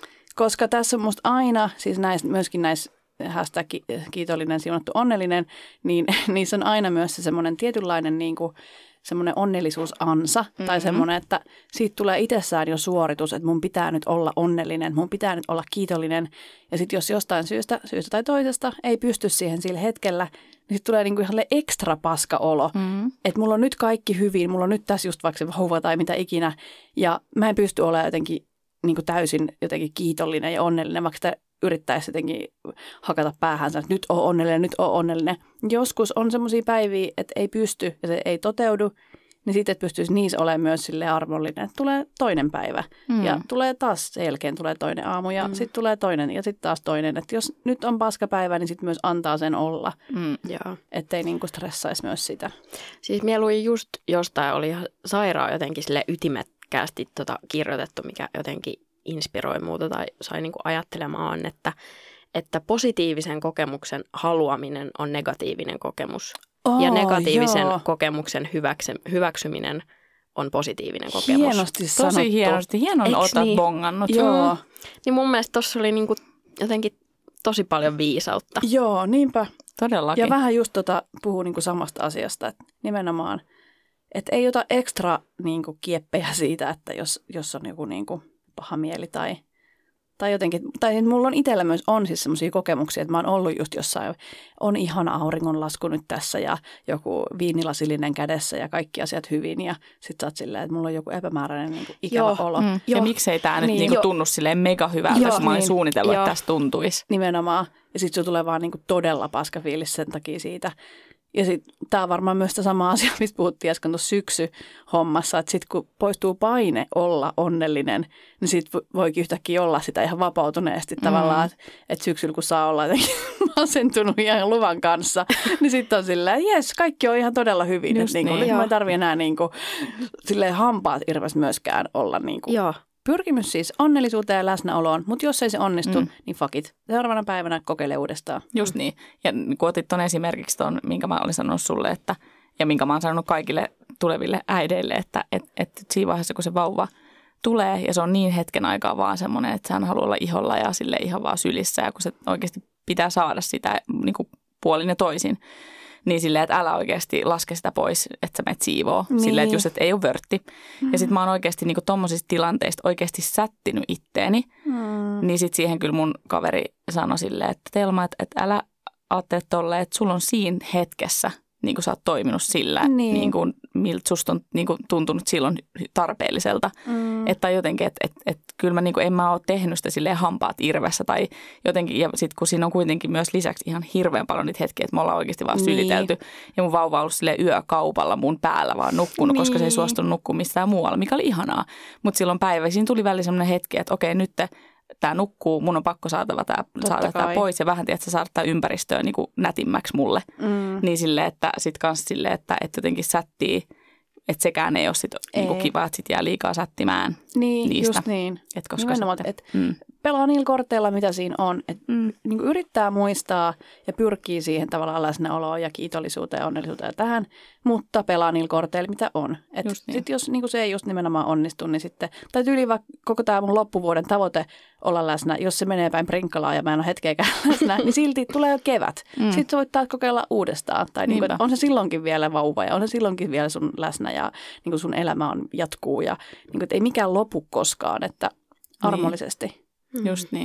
Koska tässä on musta aina, siis näissä, myöskin näissä hashtag kiitollinen, siunattu, onnellinen, niin niissä on aina myös se semmoinen tietynlainen niin kuin semmoinen onnellisuusansa mm-hmm. tai semmoinen, että siitä tulee itsessään jo suoritus, että mun pitää nyt olla onnellinen, mun pitää nyt olla kiitollinen. Ja sitten jos jostain syystä, syystä tai toisesta ei pysty siihen sillä hetkellä, niin sitten tulee niinku ihan ekstra paska olo. Mm-hmm. Että mulla on nyt kaikki hyvin, mulla on nyt tässä just vaikka se vauva tai mitä ikinä. Ja mä en pysty olemaan jotenkin niinku täysin jotenkin kiitollinen ja onnellinen, vaikka sitä yrittäisi jotenkin hakata päähänsä, että nyt on onnellinen, nyt on onnellinen. Joskus on semmoisia päiviä, että ei pysty ja se ei toteudu, niin sitten et pystyisi niissä olemaan myös silleen armollinen, että tulee toinen päivä mm. ja tulee taas sen jälkeen tulee toinen aamu ja mm. sitten tulee toinen ja sitten taas toinen. Että jos nyt on paskapäivä, niin sitten myös antaa sen olla, mm. ettei niinku stressaisi myös sitä. Siis mie luin just jostain, oli ihan sairaan jotenkin sille ytimekkäästi tota kirjoitettu, mikä jotenkin inspiroi muuta tai sai niinku ajattelemaan, että, että positiivisen kokemuksen haluaminen on negatiivinen kokemus. Oh, ja negatiivisen joo. kokemuksen hyväksy, hyväksyminen on positiivinen kokemus. Hienosti sanottu. Tosi hienosti. Hienon otat niin? bongannut. Joo. Mm. Niin mun mielestä tuossa oli niinku jotenkin tosi paljon viisautta. Joo, niinpä. Todellakin. Ja vähän just tota, puhuu niinku samasta asiasta, että nimenomaan, että ei ota ekstra niinku kieppejä siitä, että jos, jos on joku niinku paha mieli tai, tai jotenkin, tai mulla on itsellä myös on siis semmoisia kokemuksia, että mä oon ollut just jossain, on ihana auringonlasku nyt tässä ja joku viinilasillinen kädessä ja kaikki asiat hyvin ja sit sä oot silleen, että mulla on joku epämääräinen niin kuin ikävä Joo. olo. Mm. Ja miksei tää nyt niin, niin kuin tunnu silleen mega hyvältä, jos mä olin niin. suunnitellut, Joo. että tässä tuntuisi. Nimenomaan. Ja sit sulla tulee vaan niin kuin todella paska fiilis sen takia siitä. Ja sitten tämä on varmaan myös sitä sama asia, mistä puhuttiin äsken tuossa syksyhommassa, että sitten kun poistuu paine olla onnellinen, niin sitten voikin yhtäkkiä olla sitä ihan vapautuneesti mm. tavallaan, että et syksyllä kun saa olla jotenkin masentunut ihan luvan kanssa, niin sitten on silleen, että jes, kaikki on ihan todella hyvin. Että niin. Nyt mä en tarvitse enää niin kuin, silleen hampaat irves myöskään olla niin kuin. Joo. Pyrkimys siis onnellisuuteen ja läsnäoloon, mutta jos ei se onnistu, mm. niin fuck it. Seuraavana päivänä kokeile uudestaan. Just niin. Ja kun otit tuon esimerkiksi tuon, minkä mä olin sanonut sulle, että, ja minkä mä oon sanonut kaikille tuleville äideille, että et, et siinä vaiheessa, kun se vauva tulee ja se on niin hetken aikaa vaan semmoinen, että hän haluaa olla iholla ja sille ihan vaan sylissä ja kun se oikeasti pitää saada sitä niin kuin puolin ja toisin, niin silleen, että älä oikeasti laske sitä pois, että sä menet siivoo. Niin. Silleen, että just, että ei ole vörtti. Mm. Ja sitten mä oon oikeasti niin tommosista tilanteista oikeasti sättinyt itteeni. Mm. Niin sitten siihen kyllä mun kaveri sanoi silleen, että Telma, että, että älä ajattele tolleen, että sulla on siinä hetkessä, niin kuin sä oot toiminut sillä, niin, niin kuin, miltä susta on niin kuin tuntunut silloin tarpeelliselta. Mm. Että jotenkin, että, että, että kyllä mä niin kuin, en mä ole tehnyt sitä silleen hampaat irvessä tai jotenkin, ja sitten kun siinä on kuitenkin myös lisäksi ihan hirveän paljon niitä hetkiä, että me ollaan oikeasti vaan sylitelty. Niin. Ja mun vauva on ollut silleen yökaupalla mun päällä vaan nukkunut, niin. koska se ei suostunut nukkumaan missään muualla, mikä oli ihanaa. Mutta silloin päiväisin tuli välillä semmoinen hetki, että okei, nyt te tämä nukkuu, mun on pakko saatava tämä, saada tämä pois ja vähän tietysti saada tämä ympäristöä niin kuin nätimmäksi mulle. Mm. Niin silleen, että sitten kanssa silleen, että, että jotenkin sättii, että sekään ei ole sit niin kuin kiva, että sit jää liikaa sättimään niin, niistä. Just niin. Et koska nimenomaan, että mm. pelaa niillä korteilla, mitä siinä on. Että mm. niin kuin yrittää muistaa ja pyrkii siihen tavallaan läsnäoloon ja kiitollisuuteen ja onnellisuuteen tähän, mutta pelaa niillä korteilla, mitä on. Että niin. Sitten jos niin kuin se ei just nimenomaan onnistu, niin sitten, tai tyyli vaikka koko tämä mun loppuvuoden tavoite olla läsnä, jos se menee päin prinkkalaa ja mä en ole hetkeäkään läsnä, niin silti tulee jo kevät. Mm. Sitten sä voit taas kokeilla uudestaan. Tai niin kuin, on se silloinkin vielä vauva ja on se silloinkin vielä sun läsnä ja niin kuin sun elämä on, jatkuu ja niin kuin, että ei mikään lopu koskaan, että armollisesti. Niin. Just niin.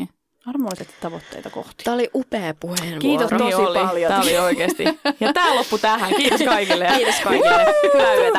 Harmonisesti tavoitteita kohti. Tämä oli upea puheenvuoro. Kiitos tosi Niin oli. paljon. Tämä oli oikeasti. Ja tämä loppui tähän. Kiitos kaikille. Kiitos kaikille. Hyvää yötä.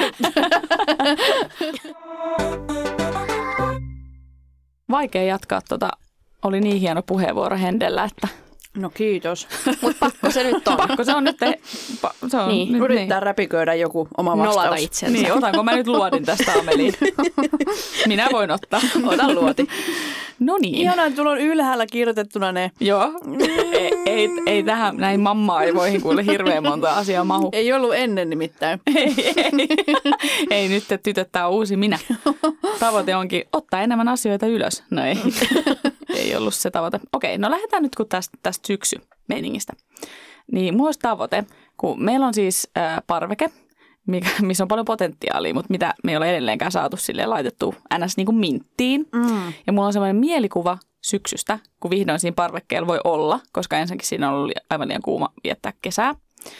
Vaikea jatkaa tota. Oli niin hieno puheenvuoro Hendellä, että No kiitos. Mutta pakko se nyt on. pakko se on nyt. Te, pa, se on Niin. nyt Yrittää niin. räpiköidä joku oma vastaus. Nolata itsensä. Niin, otanko mä nyt luodin tästä Ameliin? Minä voin ottaa. Ota luoti. No niin. Ihanaa, että tulla on ylhäällä kirjoitettuna ne. Joo. ei, ei, ei tähän näin mamma-aivoihin kuule hirveän monta asiaa mahu. Ei ollut ennen nimittäin. ei, ei. ei nyt, että tytöt, tää on uusi minä. Tavoite onkin ottaa enemmän asioita ylös. No ei. ei ollut se tavoite. Okei, no lähdetään nyt kun tästä, tästä syksymeiningistä. Niin mulla olisi tavoite, kun meillä on siis äh, parveke, mikä, missä on paljon potentiaalia, mutta mitä me ei ole edelleenkään saatu silleen laitettua ns. Niin kuin minttiin. Mm. Ja mulla on sellainen mielikuva syksystä, kun vihdoin siinä parvekkeella voi olla, koska ensinnäkin siinä on ollut aivan liian kuuma viettää kesää.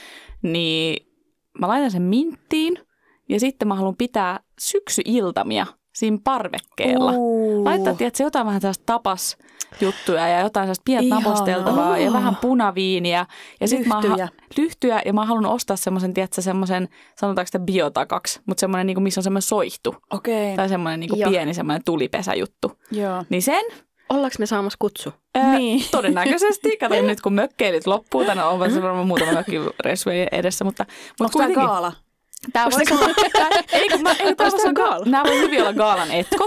Niin mä laitan sen minttiin ja sitten mä haluan pitää syksyiltamia siinä parvekkeella. Uh. Laittaa, tiedätkö, jotain vähän tällaista tapas juttuja ja jotain sellaista pientä naposteltavaa ja vähän punaviiniä. Ja sitten mä ha- lyhtyä ja mä haluan ostaa semmoisen, tiedätkö, semmoisen, sanotaanko sitä biotakaksi, mutta semmoinen, niin kuin, missä on semmoinen soihtu. Okei. Tai semmoinen niin kuin pieni semmoinen tulipesäjuttu. Joo. Niin sen... Ollaanko me saamassa kutsu? Ää, niin. Todennäköisesti. Kato nyt, kun mökkeilit loppuu. Tänään on varmaan muutama mökkireissu edessä, mutta... mutta onko tämä gaala? Tämä voisi olla... Ei, kun mä... Ei, tämä voisi olla gaala. Nämä voi hyvin olla gaalan etkot.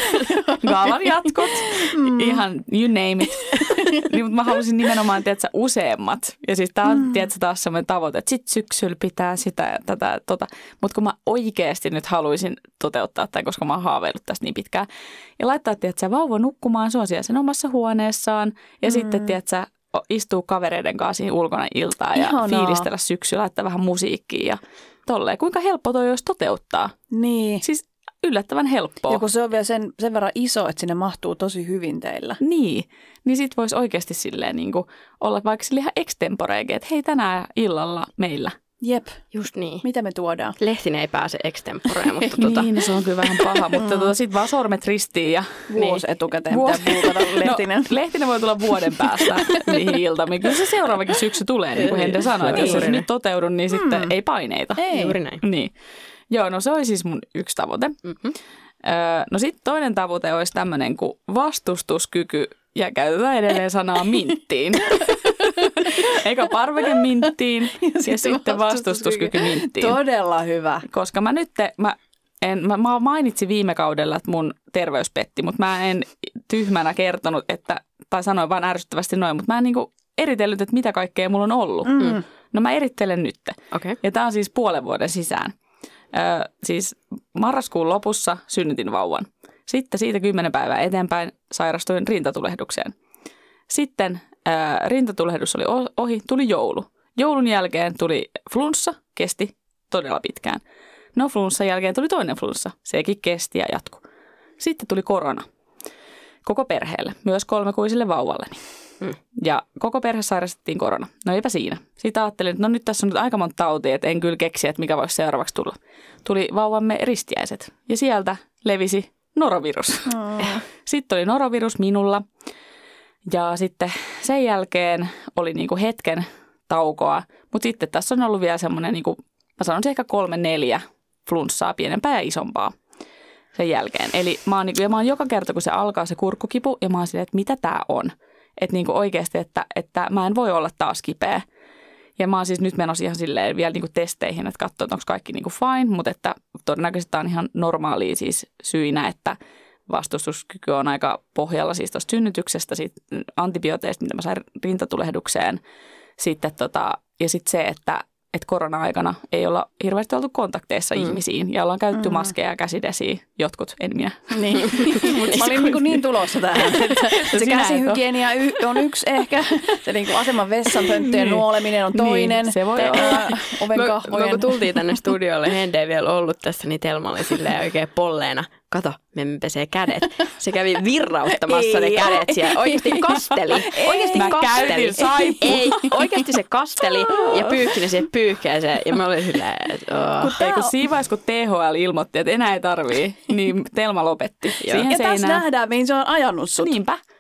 Gaalan jatkot. Mm. Ihan you name it. Niin, mutta mä halusin nimenomaan, tiedätkö, useammat. Ja siis tämä on, mm. tiedätkö, taas sellainen tavoite, että sit syksyllä pitää sitä ja tätä ja tota. Mutta kun mä oikeasti nyt haluaisin toteuttaa tämän, koska mä oon haaveillut tästä niin pitkään. Ja laittaa, tiedätkö, vauva nukkumaan, se on siellä sen omassa huoneessaan. Ja mm. sitten, tiedätkö, istuu kavereiden kanssa siinä ulkona iltaa ja ihanaa. Fiilistellä syksyä, laittaa vähän musiikkia ja tolleen. Kuinka helppo toi olisi toteuttaa? Niin. Siis yllättävän helppoa. Ja kun se on vielä sen, sen verran iso, että sinne mahtuu tosi hyvin teillä. Niin. Niin sit voisi oikeasti silleen niin kuin olla vaikka sille ihan extemporeekin, että hei tänään illalla meillä. Jep. Just niin. Mitä me tuodaan? Lehtinen ei pääse extemporeen, mutta tota... Niin, se on kyllä vähän paha, mutta tota, sit vaan sormet ristiin ja... Vuosi niin. etukäteen Vuos... pitää buukata Lehtinen. No, Lehtinen voi tulla vuoden päästä niihin iltamiin. Kyllä se seuraavakin syksy tulee, niin kuin Hende sanoi, että jos se nyt toteudu, niin sitten mm. ei paineita. Ei. Juuri näin. Niin. Joo, no se oli siis mun yksi tavoite. Mm-hmm. Öö, no sitten toinen tavoite olisi tämmöinen kuin vastustuskyky, ja käytetään edelleen sanaa minttiin. Eikä parveke minttiin ja, ja sitten vastustuskyky minttiin. Todella hyvä. Koska mä nyt, mä, en, mä, mä mainitsin viime kaudella, että mun terveys petti, mutta mä en tyhmänä kertonut, että, tai sanoin vaan ärsyttävästi noin, mutta mä en niinku eritellyt, että mitä kaikkea mulla on ollut. Mm. No mä erittelen nyt. Okay. Ja tää on siis puolen vuoden sisään. Ö, siis marraskuun lopussa synnytin vauvan. Sitten siitä kymmenen päivää eteenpäin sairastuin rintatulehdukseen. Sitten ää, rintatulehdus oli ohi, tuli joulu. Joulun jälkeen tuli flunssa, kesti todella pitkään. No flunssan jälkeen tuli toinen flunssa, sekin kesti ja jatkui. Sitten tuli korona. Koko perheelle, myös kolmekuiselle vauvalleni. Hmm. Ja koko perhe sairastettiin korona. No eipä siinä. Sitten ajattelin, että no nyt tässä on nyt aika monta tautia, että en kyllä keksi, että mikä voisi seuraavaksi tulla. Tuli vauvamme ristiäiset ja sieltä levisi norovirus. Oh. Sitten oli norovirus minulla ja sitten sen jälkeen oli niinku hetken taukoa, mutta sitten tässä on ollut vielä semmoinen, niinku, mä sanoisin ehkä kolme neljä flunssaa, pienempää ja isompaa sen jälkeen. Eli mä oon, niinku, ja mä oon joka kerta, kun se alkaa se kurkkukipu ja mä oon silleen, että mitä tää on. Että niinku oikeasti, että, että mä en voi olla taas kipeä. Ja mä oon siis nyt menossa ihan silleen vielä niinku testeihin, että katsoa, että onko kaikki niinku fine, mutta että todennäköisesti tämä on ihan normaalia siis syinä, että vastustuskyky on aika pohjalla siis tuosta synnytyksestä, siitä antibiooteista, mitä mä sain rintatulehdukseen. Sitten tota, ja sitten se, että että korona-aikana ei olla hirveästi oltu kontakteissa mm. ihmisiin ja ollaan käytetty mm. maskeja ja käsidesiä, jotkut, en minä. Niin, mä olin niin, niin tulossa tähän, että se käsihygienia on yksi ehkä, se niin kuin aseman vessanpönttöjen niin. nuoleminen on toinen. Niin, se voi olla. Oven kahvojen. Me kun tultiin tänne studiolle, Hende ei vielä ollut tässä, niin Telma oli silleen oikein polleena. Kato, me pesee kädet. Se kävi virrauttamassa ne kädet siellä. Oikeasti kasteli. Oikeasti mä kasteli. Mä Ei, oikeasti se kasteli ja pyyhki ne siihen pyyhkeeseen. Ja mä olin silleen, että oh. Ei, kun siinä vaiheessa, kun T H L ilmoitti, että enää ei tarvii, niin Telma lopetti. Ja tässä nähdään, mihin se on ajanut sut. Niinpä.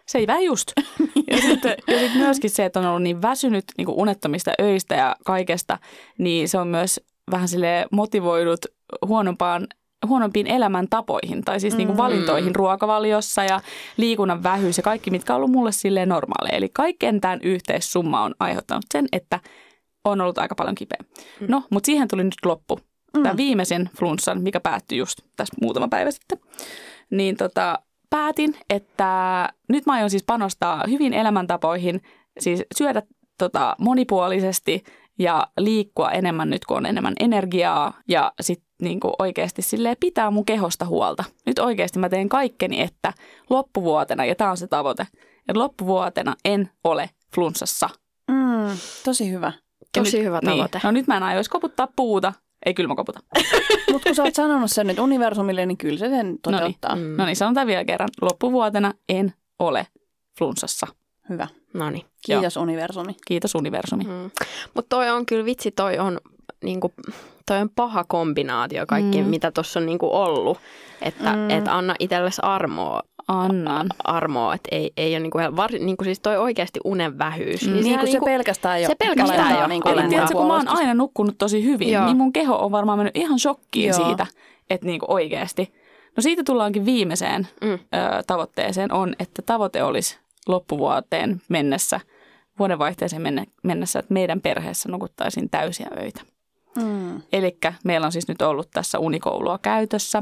se ei vähän just. Ja sitten ja sit myöskin se, että on ollut niin väsynyt niin kuin unettomista öistä ja kaikesta, niin se on myös vähän silleen motivoidut huonompaan huonompiin elämäntapoihin tai siis mm. niin kuin valintoihin ruokavaliossa ja liikunnan vähyys ja kaikki, mitkä on ollut mulle silleen normaaleja. Eli kaiken tämän yhteissumma on aiheuttanut sen, että on ollut aika paljon kipeä. Mm. No, mutta siihen tuli nyt loppu. Mm. Tämä viimeisen flunssan, mikä päättyi just tässä muutama päivä sitten, niin tota, päätin, että nyt mä aion siis panostaa hyvin elämäntapoihin, siis syödä tota, monipuolisesti ja liikkua enemmän nyt, kun on enemmän energiaa ja sitten niin kuin oikeasti silleen pitää mun kehosta huolta. Nyt oikeasti mä teen kaikkeni, että loppuvuotena, ja tämä on se tavoite, että loppuvuotena en ole flunssassa. Mm, tosi hyvä. Tosi nyt, hyvä tavoite. Niin, no nyt mä en aioisi koputtaa puuta. Ei, kyllä mä koputa. Mutta kun sä oot sanonut sen nyt universumille, niin kyllä se sen toteuttaa. No niin, no niin, sanotaan vielä kerran. Loppuvuotena en ole flunssassa. Hyvä. No niin. Kiitos Joo. universumi. Kiitos universumi. Mm. Mutta toi on kyllä vitsi, toi on, niinku, toi on paha kombinaatio kaikki, mm. mitä tuossa on niinku ollut. Että mm. et anna itsellesi armoa. Annan. Armoa, että ei, ei ole niinku, var, niinku siis toi oikeasti unen vähyys. Mm. Niin, niin kun niinku, se pelkästään jo. Se pelkästään jo. Niinku Eli tiedätkö, kun mä oon aina nukkunut tosi hyvin, Joo. niin mun keho on varmaan mennyt ihan shokkiin Joo. siitä, että niinku oikeasti. No siitä tullaankin viimeiseen mm. ö, tavoitteeseen on, että tavoite olisi loppuvuoteen mennessä, vuodenvaihteeseen mennessä, että meidän perheessä nukuttaisiin täysiä öitä. Mm. Elikkä meillä on siis nyt ollut tässä unikoulua käytössä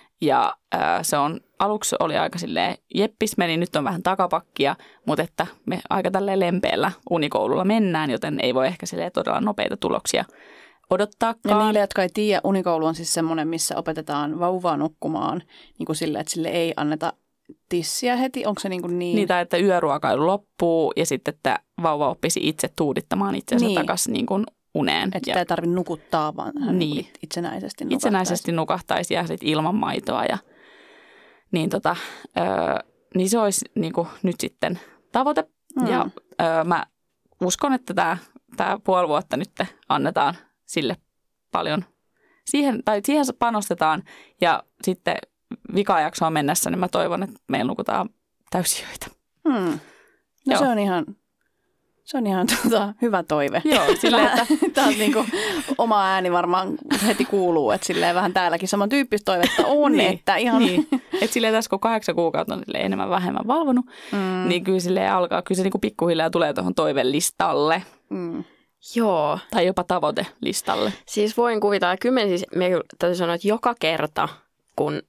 ja ää, se on, aluksi oli aika silleen jeppis meni, nyt on vähän takapakkia, mutta että me aika tälleen lempeällä unikoululla mennään, joten ei voi ehkä silleen todella nopeita tuloksia odottaakaan. Ja niille, jotka ei tiedä, unikoulu on siis semmoinen, missä opetetaan vauvaa nukkumaan niin kuin sille, että sille ei anneta tissiä heti, onko se niin kuin niin? Niitä, että yöruokailu loppuu ja sitten, että vauva oppisi itse tuudittamaan itsensä niin. takaisin niin kuin uneen. Että sitä ei tarvitse nukuttaa, vaan hän niin. itsenäisesti nukahtaisi. Itsenäisesti nukahtaisi ja sitten ilman maitoa. Ja, niin, tota, ö, niin se olisi niin kuin nyt sitten tavoite. Mm. Ja ö, mä uskon, että tämä, tämä puoli vuotta nyt annetaan sille paljon. Siihen, tai siihen panostetaan ja sitten vikajaksoon mennessä, niin mä toivon, että meillä nukutaan täysiöitä. Hmm. No se on ihan, se on ihan tuota, hyvä toive. Joo, silleen, että taas niinku oma ääni varmaan heti kuuluu, että silleen vähän täälläkin samantyyppistä toivetta on, niin, että ihan... Niin, että silleen tässä kun kahdeksan kuukautta on enemmän vähemmän valvonut, mm. niin kyllä silleen alkaa, kyllä se niinku pikkuhiljaa tulee tuohon toivelistalle. Mm. Joo. Tai jopa tavoitelistalle. Siis voin kuvitella, kyllä me siis, me täytyy sanoa, että joka kerta, kun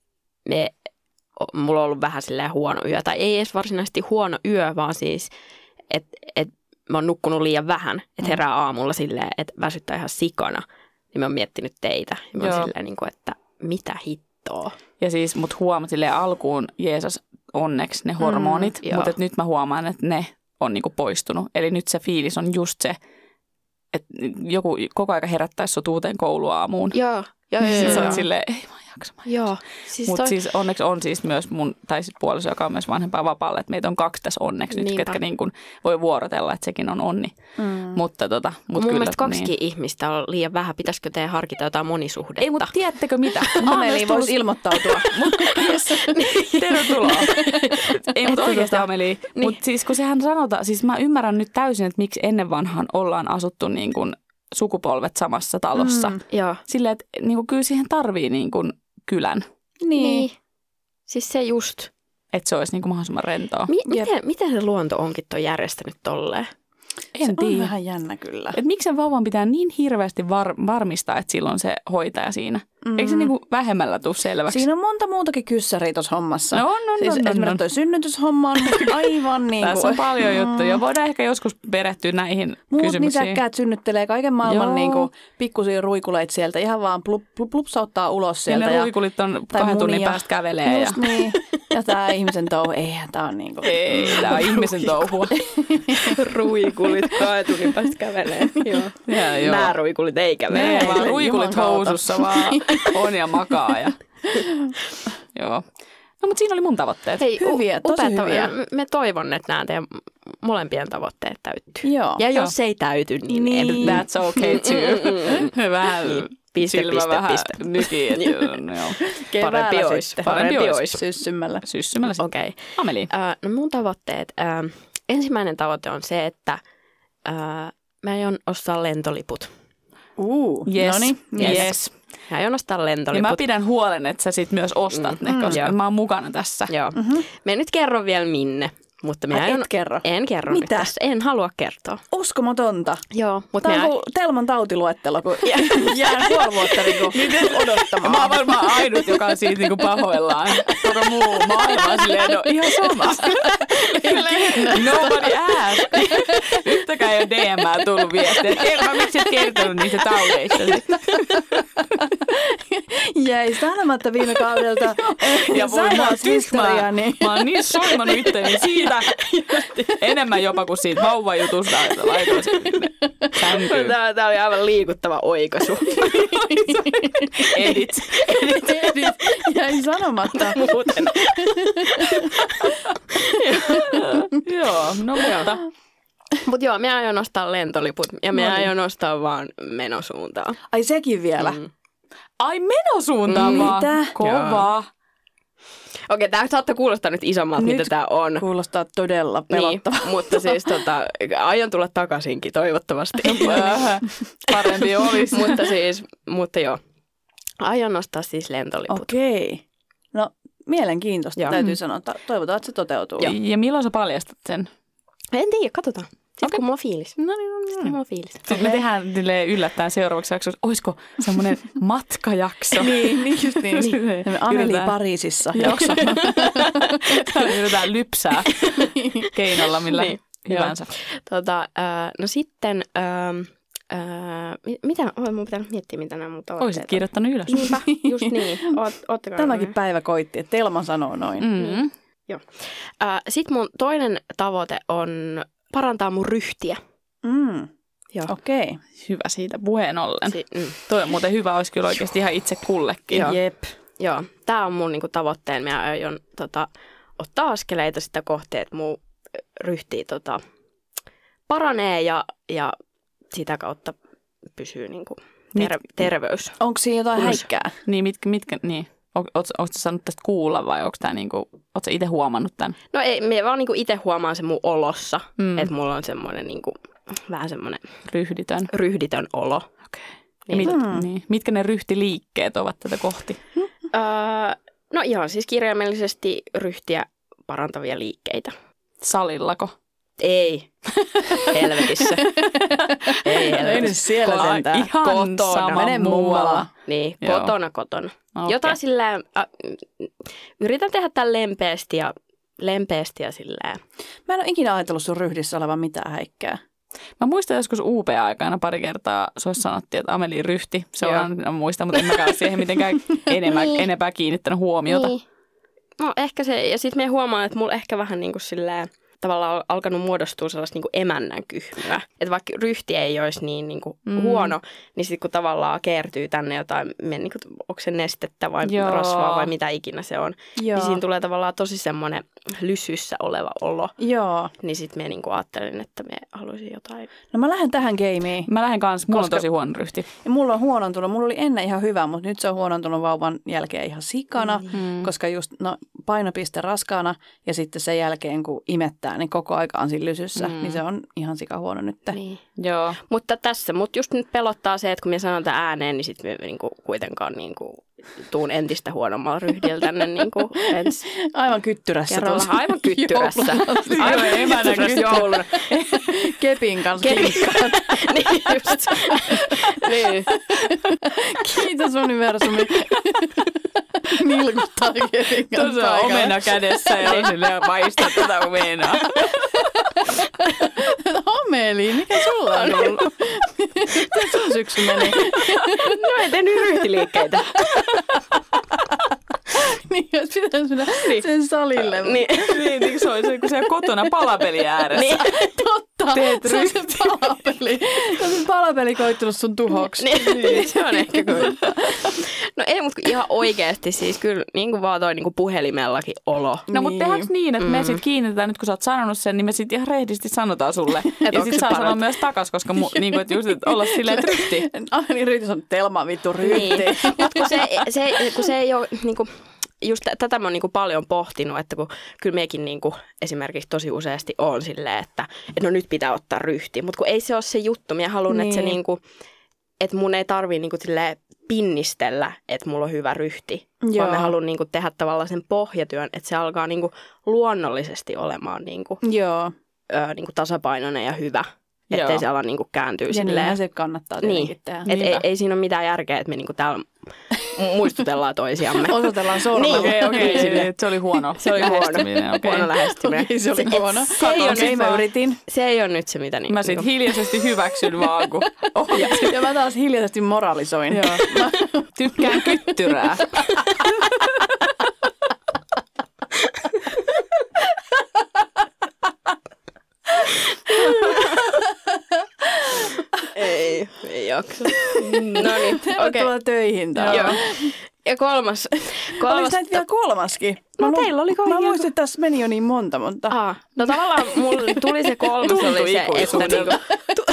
me, mulla on ollut vähän silleen huono yö, tai ei edes varsinaisesti huono yö, vaan siis, että et mä oon nukkunut liian vähän, että herää aamulla silleen, että väsyttää ihan sikana, niin mä oon miettinyt teitä. Ja mä oon silleen, niin kuin, että mitä hittoa. Ja siis mut huomasin silleen alkuun, Jeesus, onneksi ne hormonit, mm, mutta nyt mä huomaan, että ne on niinku poistunut. Eli nyt se fiilis on just se, että joku koko aika herättäisi sut uuteen kouluaamuun. Joo, joo, joo. Sitten sä oot silleen, ei mä jaksa, mä Joo. Siis Mutta toi... siis onneksi on siis myös mun, tai siis puoliso, joka on myös vanhempaa vapaalla, että meitä on kaksi tässä onneksi nyt, ketkä niin kuin voi vuorotella, että sekin on onni. Mm. Mutta tota, mut mun kyllä, mielestä kaksikin niin. ihmistä on liian vähän. Pitäisikö teidän harkita jotain monisuhdetta? Ei, mutta tiedättekö mitä? Ameli voisi ilmoittautua. Tervetuloa. Ei, mutta oikeasti Ameli. Niin. Mutta siis kun sehän sanotaan, siis mä ymmärrän nyt täysin, että miksi ennen vanhaan ollaan asuttu niin kuin sukupolvet samassa talossa. Mm, silleen, että niin kuin, kyllä siihen tarvii niin kuin kylän. Niin. niin. Siis se just. Että se olisi niin kuin mahdollisimman rentoa. Mi- miten, miten se luonto onkin toi järjestänyt tolleen? En se tiedä. On vähän jännä kyllä. Että miksi sen vauvan pitää niin hirveästi var- varmistaa, että silloin se hoitaja siinä? Mm. Eikö se niinku vähemmällä tule selväksi? Siinä on monta muutakin kyssäriä tuossa hommassa. No on, on, siis on, esimerkiksi on. toi synnytyshomma on aivan niin kuin... Tässä on paljon juttuja. Voidaan ehkä joskus perehtyä näihin Muut kysymyksiin. Muut nisäkkäät synnyttelee kaiken maailman niin kuin pikkusia ruikuleita sieltä. Ihan vaan plup, plup, plupsauttaa ulos sieltä. Ja ne ruikulit on kahden tunnin päästä kävelee. Just ja... niin. Ja tämä ihmisen touhu. Eihän tämä on niin kuin... Ei, tämä on ihmisen touhua. Ruikulit kahden tunnin päästä kävelee. Joo. Ja, joo. Nämä ruikulit ei kävele. Ne vaan ruikulit housussa vaan on ja makaa. Ja... Joo. No, mutta siinä oli mun tavoitteet. Hei, hyviä, tosi hyviä. Me toivon, että nämä teidän molempien tavoitteet täyttyy. Joo. Ja jos Joo. ei täyty, niin, niin. That's okay too. Vähän Piste, silmä piste, vähän piste. nyki, että no joo. Keväällä Parempi ois, sitten. parempi Parempi ois. ois. Syssymällä. Syssymällä sitten. Okei. Ameli. Äh, no mun tavoitteet. Äh, ensimmäinen tavoite on se, että äh, mä aion ostaa lentoliput. Uu, Yes. noniin. Yes. Yes. Mä aion ostaa Ja lentoliput. mä pidän huolen, että sä sit myös ostat Mm. ne, koska Joo. mä oon mukana tässä. Joo. Mm-hmm. Mä en nyt kerro vielä minne, mutta mä Ai aion... et kerro. En kerro Mitä? nyt tässä. En halua kertoa. Uskomatonta. Joo, mutta Tämä mä... on kuin Telman tautiluettelo, kun jään puoli vuotta niinku odottamaan. Mä oon varmaan ainut, joka on siitä niinku pahoillaan. Koko muu maailma on silleen, no ihan sama. Nobody asked. Yhtäkään ei ole D M:ää tullut viestiä. Kerro, miksi et kertonut niistä taudeista? Jäi sanomatta viime kaudelta. Ja voi, mä oon sairaushistoria, tyhmää. niin Mä oon niin soimannut itteni siitä. Enemmän jopa kuin siitä vauvajutusta, että laitoin sen sänkyyn. Tää, tää oli aivan liikuttava oikaisu. Edit. edit, edit. Jäi sanomatta. Muuten. Joo, no mutta. Mutta joo, me aion ostaa lentoliput ja me No niin. aion ostaa vaan menosuuntaan. Ai sekin vielä. Mm. Ai menosuuntaan Mm, vaan. mitä? Kovaa. Okei, tämä saattaa kuulostaa nyt isommalta, Nyt mitä tämä on. Kuulostaa todella pelottavaa. Niin, mutta siis tota, aion tulla takaisinkin toivottavasti. Vähän parempi olisi. mutta siis, mutta joo. Aion ostaa siis lentoliput. Okei. No mielenkiintoista Joo. täytyy sanoa. Ta- Toivotaan, että se toteutuu. Joo. Ja milloin sä paljastat sen? En tiedä, katsotaan. Sitten Okei. kun mulla on fiilis. No niin, no niin. Sitten mulla on fiilis. Sitten me tehdään silleen yllättäen seuraavaksi jaksossa. Olisiko semmoinen matkajakso? Niin, niin just niin. Silleen niin. Ameli yritetään- Pariisissa. Joo. Jakso. Yritetään lypsää keinolla millä Niin, hyvänsä. Tota, äh, no sitten, äh, äh, mi- mitä, oh, mun pitää nyt miettiä, mitä nämä mun tavoitteet Oisit kirjoittanut ylös. on. Niinpä, just niin. Oot, ootteko Tämäkin päivä koitti, että Telma sanoo noin. Mm. Äh, sitten mun toinen tavoite on parantaa mun ryhtiä. Mm. Joo. Okei. Hyvä siitä puheen ollen. Si- mm. Toi on muuten hyvä, olisi kyllä oikeasti ihan itse kullekin. Joo. Jep. Joo, tämä on mun niinku tavoitteen. Mä aion tota, ottaa askeleita sitä kohti, että mun ryhti tota, paranee ja, ja sitä kautta pysyy niinku ter- terveys. Onko siinä jotain Kunnossa. häikkää? Niin, mitkä, mitkä niin. Oletko sä saanut tästä kuulla vai onko tämä niinku, ootko sä itse huomannut tämän? No ei, mä vaan niinku itse huomaan se mun olossa, Mm. mm. että mulla on semmoinen niinku, vähän semmoinen Ryhditön. ryhditön olo. Okay. Ja mit, Mm. niin. Mitkä ne ryhtiliikkeet ovat tätä kohti? Öö, no ihan siis kirjaimellisesti ryhtiä parantavia liikkeitä. Salillako? Ei. Helvetissä. Ei Ei nyt helvetissä. siellä Ko- sentään. ihan Kotona. sama Mene muualla. muualla. Niin, Joo. kotona kotona. Okay. Jotain silleen, äh, yritän tehdä tämän lempeästi ja, lempeästi ja silleen. Mä en ole ikinä ajatellut sun ryhdissä olevan mitään häikkää. Mä muistan joskus U P-aikana pari kertaa, se sanottiin, että Ameli ryhti. Se Joo. on, en muista, mutta en mäkään ole siihen mitenkään enemmän, Niin. enempää kiinnittänyt huomiota. Niin. No ehkä se, ja sitten me huomaan, että mulla ehkä vähän niin kuin silleen, tavallaan on alkanut muodostua sellaista niin kuin emännän kyhmyä. Että vaikka ryhti ei olisi niin, niin kuin Mm. huono, niin sitten kun tavallaan kertyy tänne jotain, niin kuin, onko se nestettä vai Joo. rasvaa vai mitä ikinä se on, Joo. niin siinä tulee tavallaan tosi semmoinen lysyssä oleva olo. Joo. Niin sitten me niin kuin ajattelin, että me haluaisin jotain. No mä lähden tähän gameen. Mä lähden kanssa, mulla Koska- on tosi huono ryhti. Ja mulla on huonontunut. Mulla oli ennen ihan hyvä, mutta nyt se on huonontunut vauvan jälkeen ihan sikana. Mm. Koska just no, painopiste raskaana ja sitten sen jälkeen kun imettää, niin koko aika on siinä lysyssä. Mm. Niin se on ihan sika huono nyt. Niin. Joo. Mutta tässä, mutta just nyt pelottaa se, että kun me sanon tämän ääneen, niin sitten me niinku kuitenkaan niinku tuun entistä huonommalla ryhdillä tänne niinku ensi Aivan kyttyrässä. kerralla. tuossa Aivan kyttyrässä. jouluna. Aivan emänä kyttyrässä kyttyrässä. jouluna. Kepin kanssa. Kepin. niin just. niin. Kiitos universumi. Nilkuttaa kepin kanssa Tuossa on paikalla. omena kädessä ja on silleen paistaa tätä omenaa. Ameli, mikä sulla on ollut? Miten sun syksy meni? No ei tehnyt ryhtiliikkeitä. Niin, jos pitäisi mennä sen salille. niin. Niin, niin se on se, kun se on kotona palapeli ääressä. niin. Totta. Teet se on se palapeli. Se on se palapeli koittunut sun tuhoksi. Niin, niin. Se on ehkä kyllä. No ei, mutta ihan oikeasti siis kyllä niin kuin vaan toi niin kuin puhelimellakin olo. No mutta tehdäänkö niin, että Mm. me sitten kiinnitetään, nyt kun sä oot sanonut sen, niin me sitten ihan rehdisti sanotaan sulle. ja onko sitten se saa sanoa parempi? myös takas, koska mu, niin kuin, että just että olla silleen, että ryhti. Aina niin Ryyti on Telma vittu Ryyti. Niin. Mutta kun se, se, kun se ei ole, niin kuin, just t- tätä mä oon niin kuin paljon pohtinut, että kun kyllä mekin niin kuin esimerkiksi tosi useasti on silleen, että, että no nyt pitää ottaa ryhti. Mutta kun ei se ole se juttu, minä haluan, niin. että, se niin kuin, että mun ei tarvii niin kuin silleen pinnistellä, että mulla on hyvä ryhti. Joo. Vaan mä haluan niin kuin tehdä tavallaan sen pohjatyön, että se alkaa niin kuin luonnollisesti olemaan niin kuin, Joo. ö, niin kuin tasapainoinen ja hyvä. Että ei se ala niin kuin kääntyä ja silleen. niinhän se kannattaa tietenkin niin. tehdä. Et ei, ei siinä ole mitään järkeä, että me niinku täällä muistutellaan toisiamme. Osoitellaan sormella. Okei, okei, Niin. okay, se oli huono. Se oli huono. lähestyminen, okei. Huono lähestyminen. Okei, se oli huono. Se ei, ole Okei, nyt, mä yritin. se ei ole nyt se, mitä niin. Mä sit hiljaisesti hyväksyn vaan, kun Ja, ja mä taas hiljaisesti moralisoin. Joo. Tykkään kyttyrää. Ei, ei jaksa. No niin, Tervetuloa okei. töihin taas. Joo. Ja kolmas. kolmas Oliko näitä vielä kolmaskin? No, lu- teillä oli Mä kaikki muistin, että tässä meni jo niin monta, mutta... Aa, no tavallaan mulla tuli se kolmas, Tuntui oli se, että ikuisuudelta. niinku...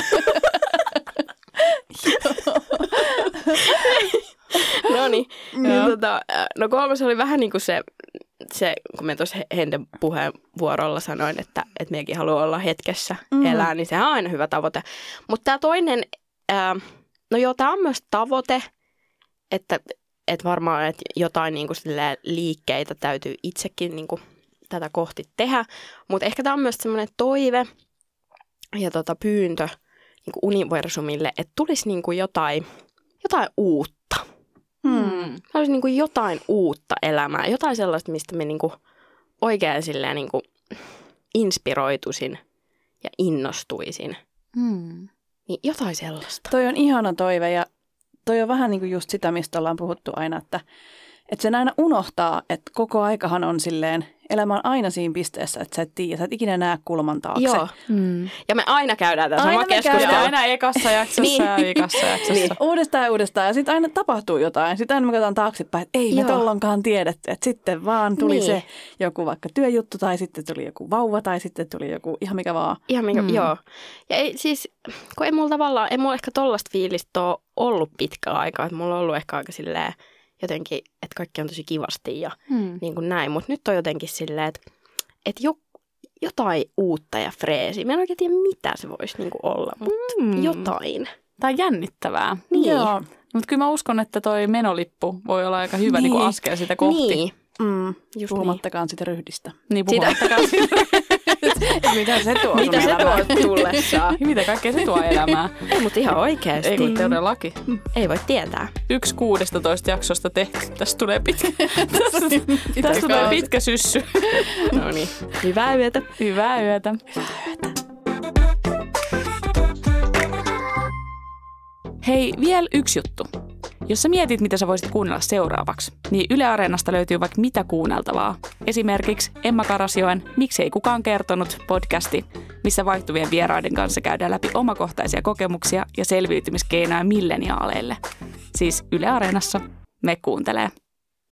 No niin, niin tota, no kolmas oli vähän niin kuin se, se kun mä tuossa Henden puheenvuorolla sanoin, että, että mekin haluaa olla hetkessä mm. elää, niin sehän on aina hyvä tavoite. Mutta tämä toinen, ää, no joo, tämä on myös tavoite, että, että varmaan että jotain niin kuin liikkeitä täytyy itsekin niin kuin tätä kohti tehdä, mutta ehkä tämä on myös semmoinen toive ja tota pyyntö niin kuin universumille, että tulisi niin kuin jotain, jotain uutta. Hmm. Olisi niin kuin jotain uutta elämää, jotain sellaista, mistä me niin kuin oikein silleen niin kuin inspiroituisin ja innostuisin. Hmm. Niin jotain sellaista. Toi on ihana toive ja toi on vähän niin kuin just sitä, mistä ollaan puhuttu aina, että, että sen aina unohtaa, että koko aikahan on silleen, elämä on aina siinä pisteessä, että sä et tiedä, sä et ikinä näe kulman taakse. Joo. Hmm. Ja me aina käydään tässä Aina sama me keskustelu. käydään. Aina ekassa jaksossa Niin. ja vikassa jaksossa. Niin. Uudestaan ja uudestaan ja sitten aina tapahtuu jotain. Sitten aina me katsotaan taaksepäin, että ei me Joo. tollonkaan tiedetty. Että sitten vaan tuli Niin. se joku vaikka työjuttu tai sitten tuli joku vauva tai sitten tuli joku ihan mikä vaan. Ihan mikä, Mm. joo. Ja ei, siis, kun ei mulla tavallaan, ei mulla ehkä tollaista fiilistä ole ollut pitkään aikaa. Että mulla on ollut ehkä aika silleen jotenkin, että kaikki on tosi kivasti ja Hmm. niin kuin näin. Mutta nyt on jotenkin silleen, että, että jo, jotain uutta ja freesiä. Mä en oikein tiedä, mitä se voisi niin kuin olla, mutta Hmm. jotain. Tämä on jännittävää. Niin. Joo. Mutta kyllä mä uskon, että toi menolippu voi olla aika hyvä niin. Niin. Niin askel sitä kohti. Niin, Mm, just niin. puhumattakaan sitä ryhdistä. Niin Sitä- puhumattakaan siitä. Mitä se tuo Mitä sun se elämään? tuo tullessaan? Mitä kaikkea se tuo elämään? Ei, mutta ihan oikeasti. Ei kun todellakin. Ei voi tietää. Yksi kuudestatoista jaksosta tehty. Tästä tulee pitkä, tästä, Pitkä tästä tulee kausi. pitkä syssy. No niin. Hyvää yötä. Hyvää yötä. Hei, vielä yksi juttu. Jos sä mietit, mitä sä voisit kuunnella seuraavaksi, niin Yle Areenasta löytyy vaikka mitä kuunneltavaa. Esimerkiksi Emma Karasjoen Miksi ei kukaan kertonut podcasti, missä vaihtuvien vieraiden kanssa käydään läpi omakohtaisia kokemuksia ja selviytymiskeinoja milleniaaleille. Siis Yle Areenassa. Me kuuntelee.